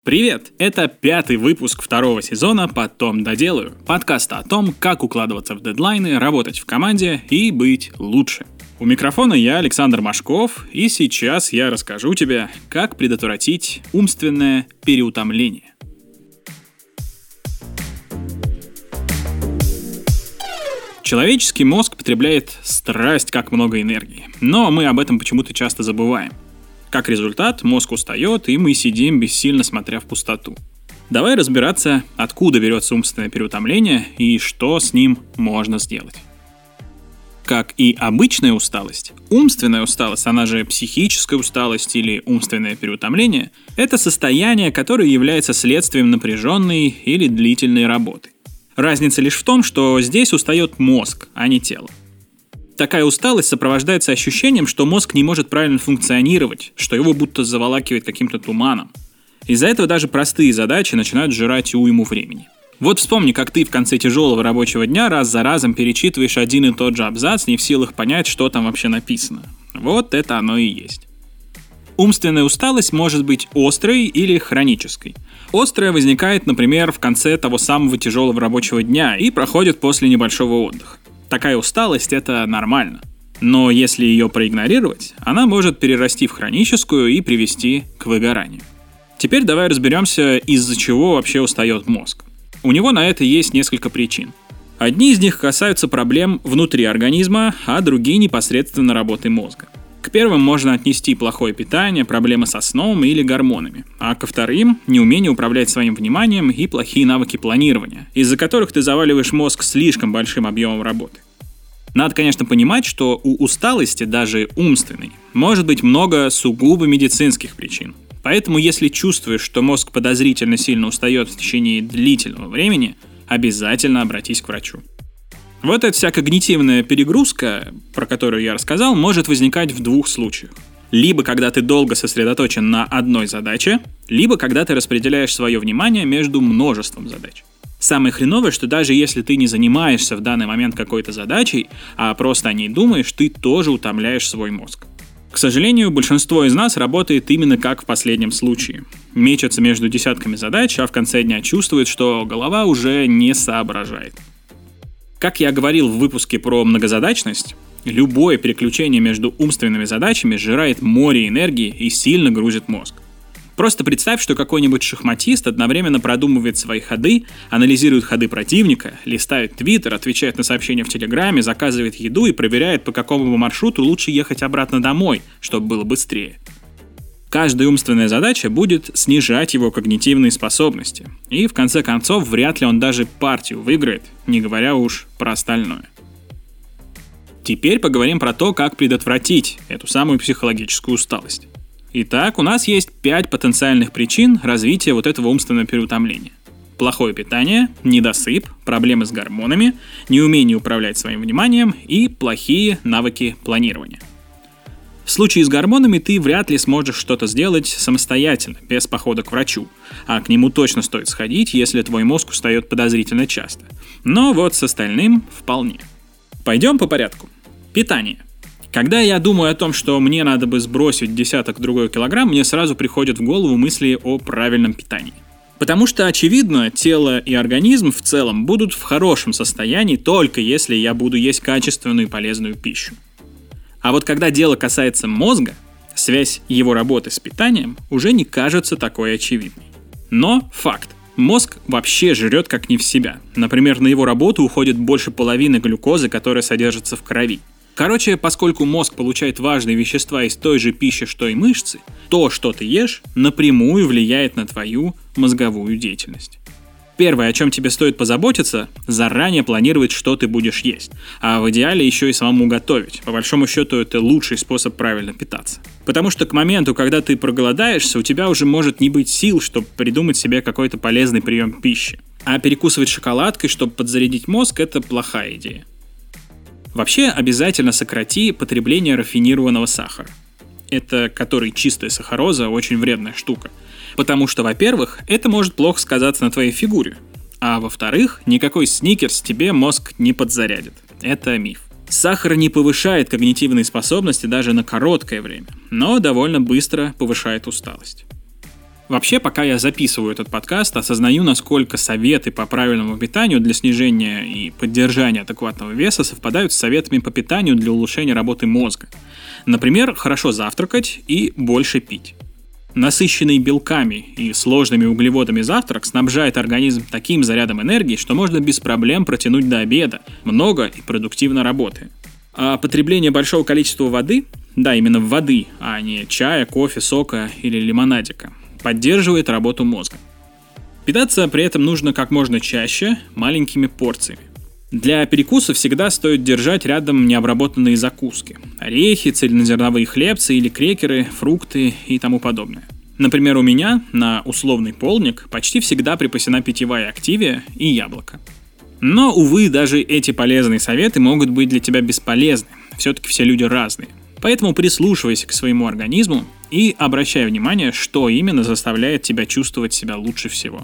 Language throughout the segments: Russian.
Привет! Это 5-й выпуск 2-го сезона «Потом доделаю» подкаста о том, как укладываться в дедлайны, работать в команде и быть лучше. У микрофона я, Александр Машков, и сейчас я расскажу тебе, как предотвратить умственное переутомление. Человеческий мозг потребляет страсть как много энергии, но мы об этом почему-то часто забываем. Как результат, мозг устает, и мы сидим бессильно, смотря в пустоту. Давай разбираться, откуда берется умственное переутомление и что с ним можно сделать. Как и обычная усталость, умственная усталость, она же психическая усталость или умственное переутомление, это состояние, которое является следствием напряженной или длительной работы. Разница лишь в том, что здесь устает мозг, а не тело. Такая усталость сопровождается ощущением, что мозг не может правильно функционировать, что его будто заволакивает каким-то туманом. Из-за этого даже простые задачи начинают жрать уйму времени. Вот вспомни, как ты в конце тяжелого рабочего дня раз за разом перечитываешь один и тот же абзац, не в силах понять, что там вообще написано. Вот это оно и есть. Умственная усталость может быть острой или хронической. Острая возникает, например, в конце того самого тяжелого рабочего дня и проходит после небольшого отдыха. Такая усталость – это нормально. Но если ее проигнорировать, она может перерасти в хроническую и привести к выгоранию. Теперь давай разберемся, из-за чего вообще устает мозг. У него на это есть несколько причин. Одни из них касаются проблем внутри организма, а другие непосредственно работы мозга. К первым можно отнести плохое питание, проблемы со сном или гормонами, а ко вторым – неумение управлять своим вниманием и плохие навыки планирования, из-за которых ты заваливаешь мозг слишком большим объемом работы. Надо, конечно, понимать, что у усталости, даже умственной, может быть много сугубо медицинских причин. Поэтому, если чувствуешь, что мозг подозрительно сильно устает в течение длительного времени, обязательно обратись к врачу. Вот эта вся когнитивная перегрузка, про которую я рассказал, может возникать в двух случаях. Либо когда ты долго сосредоточен на одной задаче, либо когда ты распределяешь свое внимание между множеством задач. Самое хреновое, что даже если ты не занимаешься в данный момент какой-то задачей, а просто о ней думаешь, ты тоже утомляешь свой мозг. К сожалению, большинство из нас работает именно как в последнем случае. Мечется между десятками задач, а в конце дня чувствует, что голова уже не соображает. Как я говорил в выпуске про многозадачность, любое переключение между умственными задачами сжирает море энергии и сильно грузит мозг. Просто представь, что какой-нибудь шахматист одновременно продумывает свои ходы, анализирует ходы противника, листает твиттер, отвечает на сообщения в Телеграме, заказывает еду и проверяет, по какому маршруту лучше ехать обратно домой, чтобы было быстрее. Каждая умственная задача будет снижать его когнитивные способности, и в конце концов вряд ли он даже партию выиграет, не говоря уж про остальное. Теперь поговорим про то, как предотвратить эту самую психологическую усталость. Итак, у нас есть 5 потенциальных причин развития вот этого умственного переутомления. Плохое питание, недосып, проблемы с гормонами, неумение управлять своим вниманием и плохие навыки планирования. В случае с гормонами ты вряд ли сможешь что-то сделать самостоятельно, без похода к врачу, а к нему точно стоит сходить, если твой мозг устает подозрительно часто. Но вот с остальным вполне. Пойдем по порядку. Питание. Когда я думаю о том, что мне надо бы сбросить десяток-другой килограмм, мне сразу приходят в голову мысли о правильном питании. Потому что, очевидно, тело и организм в целом будут в хорошем состоянии только если я буду есть качественную и полезную пищу. А вот когда дело касается мозга, связь его работы с питанием уже не кажется такой очевидной. Но факт. Мозг вообще жрет как не в себя. Например, на его работу уходит больше половины глюкозы, которая содержится в крови. Короче, поскольку мозг получает важные вещества из той же пищи, что и мышцы, то, что ты ешь, напрямую влияет на твою мозговую деятельность. Первое, о чем тебе стоит позаботиться, заранее планировать, что ты будешь есть. А в идеале еще и самому готовить. По большому счету, это лучший способ правильно питаться. Потому что к моменту, когда ты проголодаешься, у тебя уже может не быть сил, чтобы придумать себе какой-то полезный прием пищи. А перекусывать шоколадкой, чтобы подзарядить мозг, это плохая идея. Вообще, обязательно сократи потребление рафинированного сахара. Это который чистая сахароза, очень вредная штука. Потому что, во-первых, это может плохо сказаться на твоей фигуре. А во-вторых, никакой сникерс тебе мозг не подзарядит. Это миф. Сахар не повышает когнитивные способности даже на короткое время, но довольно быстро повышает усталость. Вообще, пока я записываю этот подкаст, осознаю, насколько советы по правильному питанию для снижения и поддержания адекватного веса совпадают с советами по питанию для улучшения работы мозга. Например, хорошо завтракать и больше пить. Насыщенный белками и сложными углеводами завтрак снабжает организм таким зарядом энергии, что можно без проблем протянуть до обеда, много и продуктивно работая. А потребление большого количества воды, да, именно воды, а не чая, кофе, сока или лимонадика, поддерживает работу мозга. Питаться при этом нужно как можно чаще, маленькими порциями. Для перекуса всегда стоит держать рядом необработанные закуски. Орехи, цельнозерновые хлебцы или крекеры, фрукты и тому подобное. Например, у меня на условный полдник почти всегда припасена питьевая активия и яблоко. Но, увы, даже эти полезные советы могут быть для тебя бесполезны. Все-таки все люди разные. Поэтому прислушивайся к своему организму и обращай внимание, что именно заставляет тебя чувствовать себя лучше всего.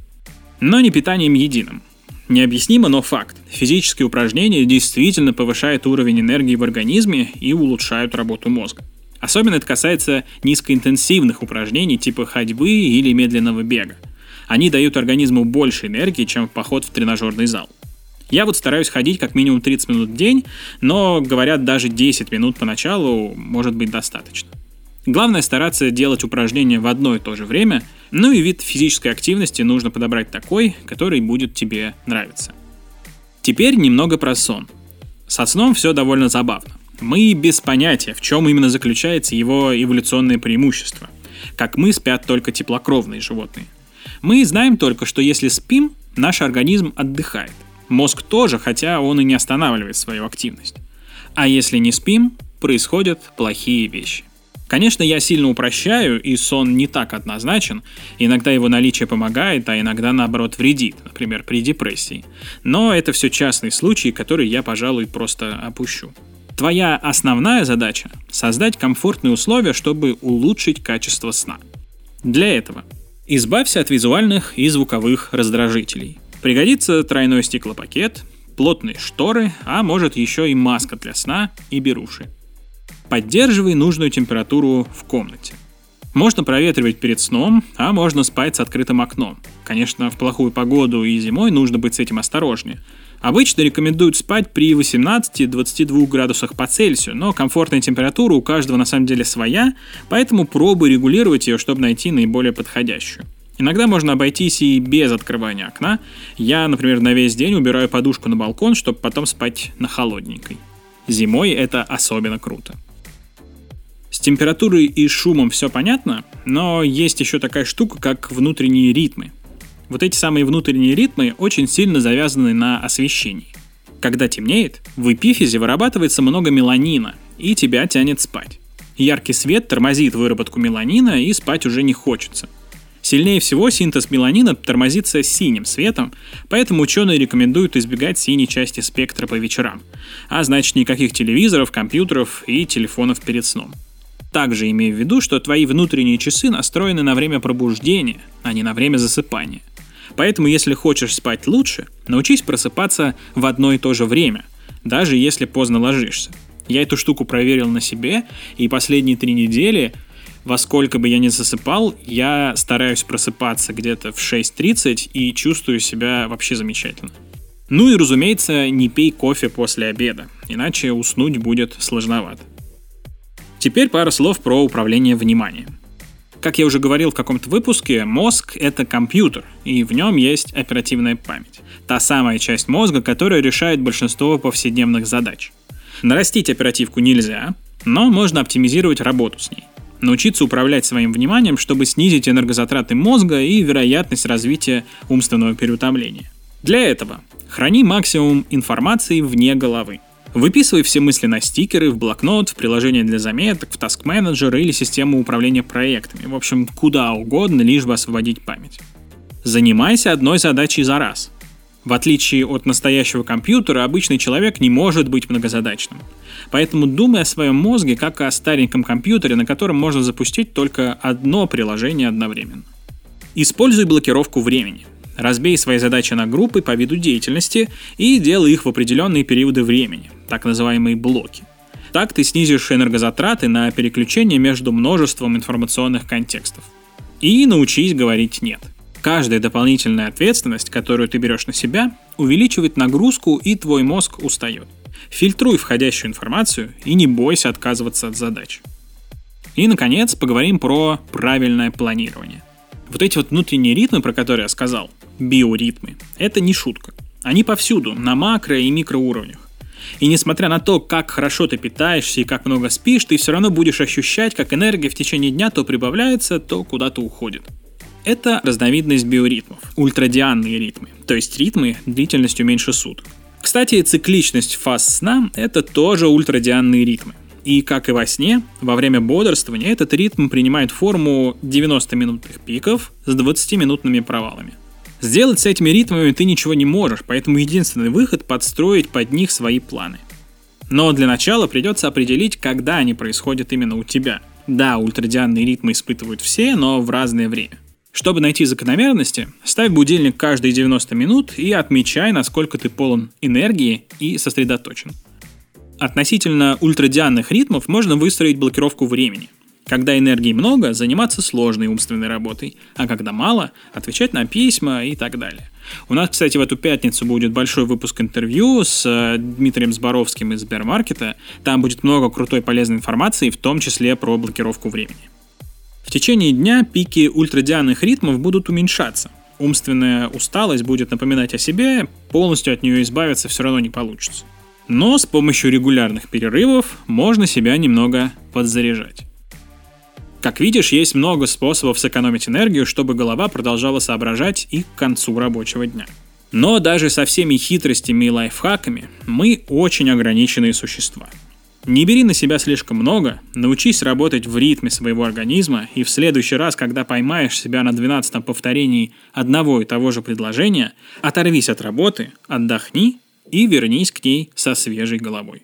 Но не питанием единым. Необъяснимо, но факт. Физические упражнения действительно повышают уровень энергии в организме и улучшают работу мозга. Особенно это касается низкоинтенсивных упражнений типа ходьбы или медленного бега. Они дают организму больше энергии, чем поход в тренажерный зал. Я вот стараюсь ходить как минимум 30 минут в день, но, говорят, даже 10 минут поначалу может быть достаточно. Главное стараться делать упражнения в одно и то же время, ну и вид физической активности нужно подобрать такой, который будет тебе нравиться. Теперь немного про сон. Со сном все довольно забавно. Мы без понятия, в чем именно заключается его эволюционное преимущество. Как мы, спят только теплокровные животные. Мы знаем только, что если спим, наш организм отдыхает. Мозг тоже, хотя он и не останавливает свою активность. А если не спим, происходят плохие вещи. Конечно, я сильно упрощаю, и сон не так однозначен. Иногда его наличие помогает, а иногда, наоборот, вредит, например, при депрессии. Но это все частные случаи, которые я, пожалуй, просто опущу. Твоя основная задача – создать комфортные условия, чтобы улучшить качество сна. Для этого избавься от визуальных и звуковых раздражителей. Пригодится тройной стеклопакет, плотные шторы, а может еще и маска для сна и беруши. Поддерживай нужную температуру в комнате. Можно проветривать перед сном, а можно спать с открытым окном. Конечно, в плохую погоду и зимой нужно быть с этим осторожнее. Обычно рекомендуют спать при 18-22 градусах по Цельсию, но комфортная температура у каждого на самом деле своя, поэтому пробуй регулировать ее, чтобы найти наиболее подходящую. Иногда можно обойтись и без открывания окна. Я, например, на весь день убираю подушку на балкон, чтобы потом спать на холодненькой. Зимой это особенно круто. С температурой и шумом все понятно, но есть еще такая штука, как внутренние ритмы. Вот эти самые внутренние ритмы очень сильно завязаны на освещении. Когда темнеет, в эпифизе вырабатывается много меланина, и тебя тянет спать. Яркий свет тормозит выработку меланина, и спать уже не хочется. Сильнее всего синтез меланина тормозится синим светом, поэтому ученые рекомендуют избегать синей части спектра по вечерам, а значит никаких телевизоров, компьютеров и телефонов перед сном. Также имей в виду, что твои внутренние часы настроены на время пробуждения, а не на время засыпания. Поэтому, если хочешь спать лучше, научись просыпаться в одно и то же время, даже если поздно ложишься. Я эту штуку проверил на себе, и последние 3 недели, во сколько бы я ни засыпал, я стараюсь просыпаться где-то в 6:30 и чувствую себя вообще замечательно. Ну и, разумеется, не пей кофе после обеда, иначе уснуть будет сложновато. Теперь пара слов про управление вниманием. Как я уже говорил в каком-то выпуске, мозг — это компьютер, и в нем есть оперативная память. Та самая часть мозга, которая решает большинство повседневных задач. Нарастить оперативку нельзя, но можно оптимизировать работу с ней. Научиться управлять своим вниманием, чтобы снизить энергозатраты мозга и вероятность развития умственного переутомления. Для этого храни максимум информации вне головы. Выписывай все мысли на стикеры, в блокнот, в приложение для заметок, в Task Manager или систему управления проектами. В общем, куда угодно, лишь бы освободить память. Занимайся одной задачей за раз. В отличие от настоящего компьютера, обычный человек не может быть многозадачным. Поэтому думай о своем мозге как о стареньком компьютере, на котором можно запустить только одно приложение одновременно. Используй блокировку времени. Разбей свои задачи на группы по виду деятельности и делай их в определенные периоды времени, так называемые блоки. Так ты снизишь энергозатраты на переключение между множеством информационных контекстов. И научись говорить «нет». Каждая дополнительная ответственность, которую ты берешь на себя, увеличивает нагрузку, и твой мозг устает. Фильтруй входящую информацию и не бойся отказываться от задач. И, наконец, поговорим про правильное планирование. Вот эти вот внутренние ритмы, про которые я сказал, биоритмы, это не шутка. Они повсюду, на макро- и микроуровнях. И несмотря на то, как хорошо ты питаешься и как много спишь, ты все равно будешь ощущать, как энергия в течение дня то прибавляется, то куда-то уходит. Это разновидность биоритмов, ультрадианные ритмы, то есть ритмы длительностью меньше суток. Кстати, цикличность фаз сна – это тоже ультрадианные ритмы. И, как и во сне, во время бодрствования этот ритм принимает форму 90-минутных пиков с 20-минутными провалами. Сделать с этими ритмами ты ничего не можешь, поэтому единственный выход – подстроить под них свои планы. Но для начала придется определить, когда они происходят именно у тебя. Да, ультрадианные ритмы испытывают все, но в разное время. Чтобы найти закономерности, ставь будильник каждые 90 минут и отмечай, насколько ты полон энергии и сосредоточен. Относительно ультрадианных ритмов можно выстроить блокировку времени. Когда энергии много, заниматься сложной умственной работой, а когда мало, отвечать на письма и так далее. У нас, кстати, в эту пятницу будет большой выпуск интервью с Дмитрием Зборовским из Сбермаркета. Там будет много крутой полезной информации, в том числе про блокировку времени. В течение дня пики ультрадианных ритмов будут уменьшаться. Умственная усталость будет напоминать о себе, полностью от нее избавиться все равно не получится. Но с помощью регулярных перерывов можно себя немного подзаряжать. Как видишь, есть много способов сэкономить энергию, чтобы голова продолжала соображать и к концу рабочего дня. Но даже со всеми хитростями и лайфхаками мы очень ограниченные существа. Не бери на себя слишком много, научись работать в ритме своего организма, и в следующий раз, когда поймаешь себя на 12-м повторении одного и того же предложения, оторвись от работы, отдохни и вернись к ней со свежей головой.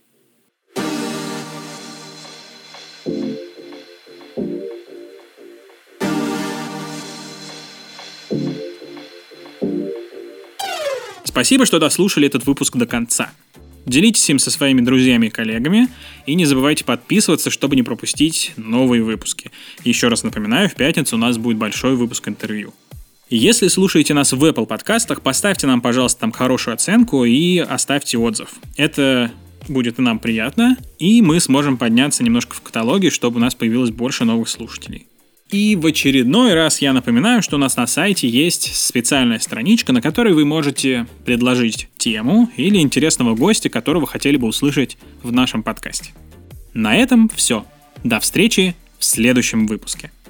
Спасибо, что дослушали этот выпуск до конца. Делитесь им со своими друзьями и коллегами, и не забывайте подписываться, чтобы не пропустить новые выпуски. Еще раз напоминаю, в пятницу у нас будет большой выпуск интервью. Если слушаете нас в Apple подкастах, поставьте нам, пожалуйста, там хорошую оценку и оставьте отзыв. Это будет и нам приятно, и мы сможем подняться немножко в каталоге, чтобы у нас появилось больше новых слушателей. И в очередной раз я напоминаю, что у нас на сайте есть специальная страничка, на которой вы можете предложить тему или интересного гостя, которого хотели бы услышать в нашем подкасте. На этом все. До встречи в следующем выпуске.